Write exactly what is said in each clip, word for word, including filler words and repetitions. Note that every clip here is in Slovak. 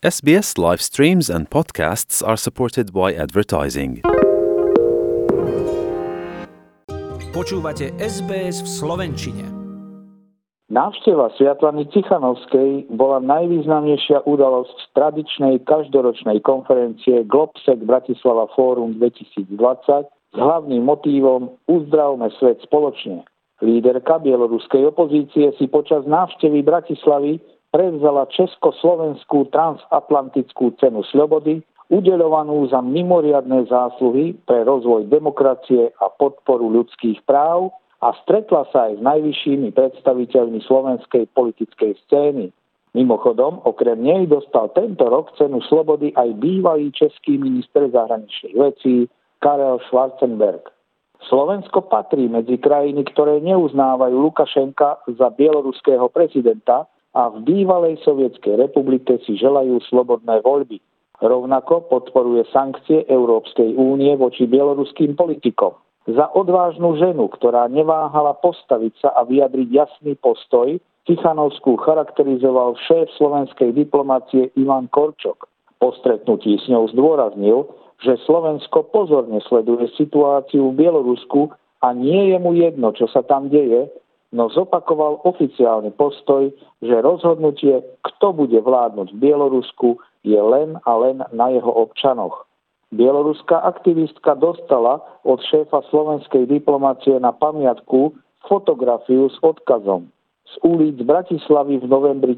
S B S live streams and podcasts are supported by advertising. Počúvate es bé es v slovenčine. Návšteva Sviatlany Cichanovskej bola najvýznamnejšia udalosť z tradičnej každoročnej konferencie Globsec Bratislava Fórum dvetisícdvadsať s hlavným motívom Uzdravme svet spoločne. Líderka bieloruskej opozície si počas návštevy Bratislavy prevzala Československú transatlantickú cenu slobody, udeľovanú za mimoriadne zásluhy pre rozvoj demokracie a podporu ľudských práv, a stretla sa aj s najvyššími predstaviteľmi slovenskej politickej scény. Mimochodom, okrem nej dostal tento rok cenu slobody aj bývalý český minister zahraničných vecí Karel Schwarzenberg. Slovensko patrí medzi krajiny, ktoré neuznávajú Lukašenka za bieloruského prezidenta a v bývalej Sovietskej republike si želajú slobodné voľby. Rovnako podporuje sankcie Európskej únie voči bieloruským politikom. Za odvážnu ženu, ktorá neváhala postaviť sa a vyjadriť jasný postoj, Cichanovskú charakterizoval šéf slovenskej diplomácie Ivan Korčok. Po stretnutí s ňou zdôraznil, že Slovensko pozorne sleduje situáciu v Bielorusku a nie je mu jedno, čo sa tam deje, no zopakoval oficiálny postoj, že rozhodnutie, kto bude vládnuť v Bielorusku, je len a len na jeho občanoch. Bieloruská aktivistka dostala od šéfa slovenskej diplomácie na pamiatku fotografiu s odkazom z ulic Bratislavy v novembri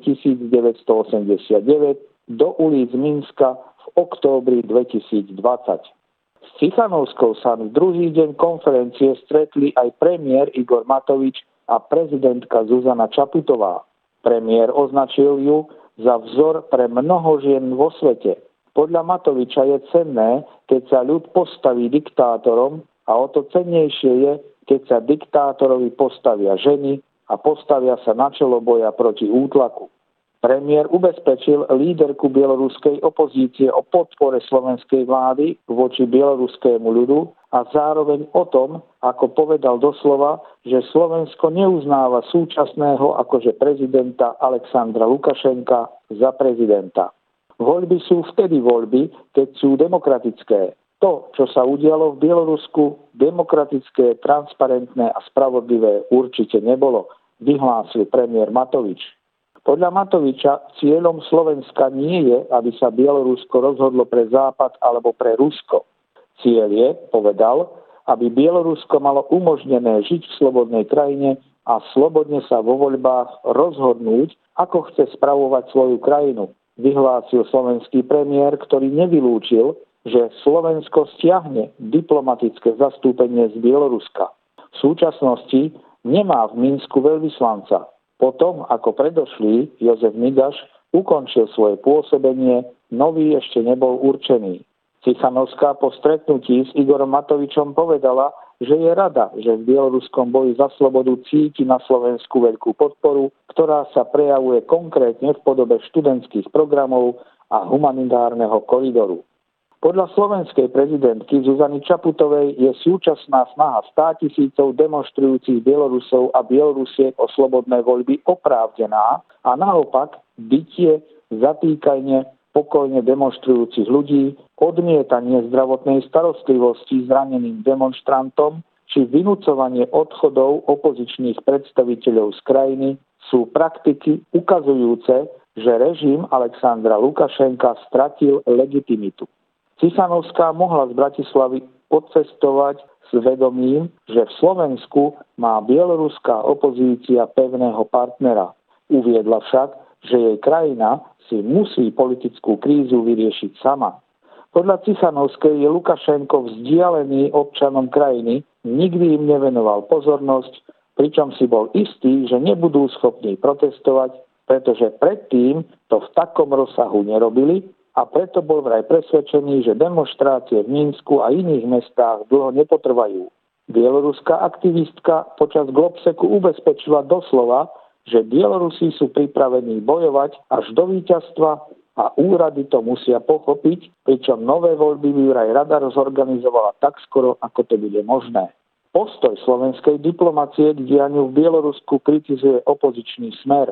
devätnásťstoosemdesiatdeväť do ulic Minska v októbri dvetisícdvadsať. S Cichanovskou sa v druhý deň konferencie stretli aj premiér Igor Matovič a prezidentka Zuzana Čaputová. Premiér označil ju za vzor pre mnoho žien vo svete. Podľa Matoviča je cenné, keď sa ľud postaví diktátorom, a o to cennejšie je, keď sa diktátorovi postavia ženy a postavia sa na čelo boja proti útlaku. Premiér ubezpečil líderku bieloruskej opozície o podpore slovenskej vlády voči bieloruskému ľudu a zároveň o tom, ako povedal doslova, že Slovensko neuznáva súčasného akože prezidenta Alexandra Lukašenka za prezidenta. Voľby sú vtedy voľby, keď sú demokratické. To, čo sa udialo v Bielorusku, demokratické, transparentné a spravodlivé určite nebolo, vyhlásil premiér Matovič. Podľa Matoviča cieľom Slovenska nie je, aby sa Bielorusko rozhodlo pre Západ alebo pre Rusko. Cieľ je, povedal, aby Bielorusko malo umožnené žiť v slobodnej krajine a slobodne sa vo voľbách rozhodnúť, ako chce spravovať svoju krajinu, vyhlásil slovenský premiér, ktorý nevylúčil, že Slovensko stiahne diplomatické zastúpenie z Bieloruska. V súčasnosti nemá v Minsku veľvyslanca. Potom, ako predošlý Jozef Migaš ukončil svoje pôsobenie, nový ešte nebol určený. Cichanovská po stretnutí s Igorom Matovičom povedala, že je rada, že v bieloruskom boji za slobodu cíti na Slovensku veľkú podporu, ktorá sa prejavuje konkrétne v podobe študentských programov a humanitárneho koridoru. Podľa slovenskej prezidentky Zuzany Čaputovej je súčasná snaha státisícov demonštrujúcich Bielorusov a Bielorusiek o slobodné voľby oprávnená a naopak bitie, zatýkanie pokojne demonštrujúcich ľudí, odmietanie zdravotnej starostlivosti zraneným demonštrantom či vynúcovanie odchodov opozičných predstaviteľov z krajiny sú praktiky ukazujúce, že režim Alexandra Lukašenka stratil legitimitu. Cichanovská mohla z Bratislavy odcestovať s vedomím, že v Slovensku má bieloruská opozícia pevného partnera. Uviedla však, že jej krajina si musí politickú krízu vyriešiť sama. Podľa Cichanovskej je Lukašenko vzdialený občanom krajiny, nikdy im nevenoval pozornosť, pričom si bol istý, že nebudú schopní protestovať, pretože predtým to v takom rozsahu nerobili, a preto bol vraj presvedčený, že demonštrácie v Minsku a iných mestách dlho nepotrvajú. Bieloruská aktivistka počas Globsecu ubezpečila doslova, že Bielorusi sú pripravení bojovať až do víťazstva a úrady to musia pochopiť, pričom nové voľby by vraj rada rozorganizovala tak skoro, ako to bude možné. Postoj slovenskej diplomacie k dianiu v Bielorusku kritizuje opozičný Smer.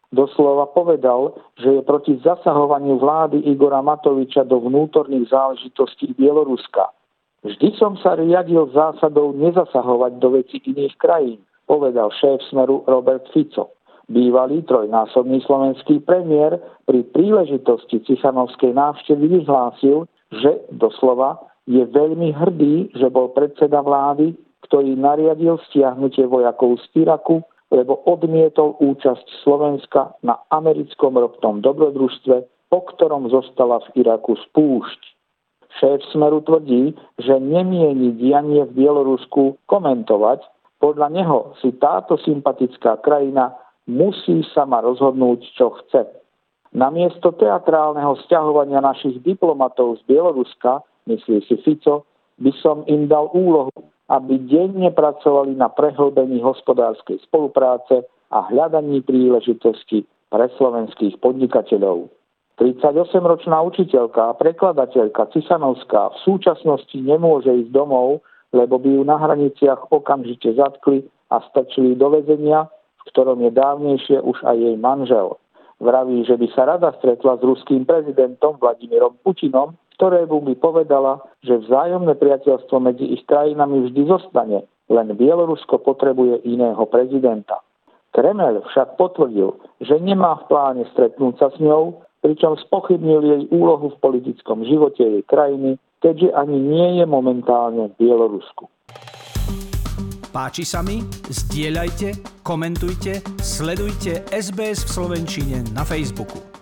Doslova povedal, že je proti zasahovaniu vlády Igora Matoviča do vnútorných záležitostí Bieloruska. Vždy som sa riadil zásadou nezasahovať do vecí iných krajín, povedal šéf Smeru Robert Fico. Bývalý trojnásobný slovenský premiér pri príležitosti Cichanovskej návštevy vyhlásil, že doslova je veľmi hrdý, že bol predseda vlády, ktorý nariadil stiahnutie vojakov z Iraku, lebo odmietol účasť Slovenska na americkom ropnom dobrodružstve, po ktorom zostala v Iraku spúšť. Šéf Smeru tvrdí, že nemieni dianie v Bielorusku komentovať. Podľa neho si táto sympatická krajina musí sama rozhodnúť, čo chce. Namiesto teatrálneho sťahovania našich diplomatov z Bieloruska, myslí si Fico, by som im dal úlohu, aby denne pracovali na prehlbení hospodárskej spolupráce a hľadaní príležitosti pre slovenských podnikateľov. tridsaťosemročná učiteľka a prekladateľka Cichanovská v súčasnosti nemôže ísť domov, lebo by ju na hraniciach okamžite zatkli a strčili do väzenia, v ktorom je dávnejšie už aj jej manžel. Vraví, že by sa rada stretla s ruským prezidentom Vladimírom Putinom, ktorému by povedala, že vzájomné priateľstvo medzi ich krajinami vždy zostane, len Bielorusko potrebuje iného prezidenta. Kremeľ však potvrdil, že nemá v pláne stretnúť sa s ňou, pričom spochybnil jej úlohu v politickom živote jej krajiny, keďže ani nie je momentálne v Bielorusku. Páči sa mi? Zdieľajte, komentujte, sledujte es bé es v slovenčine na Facebooku.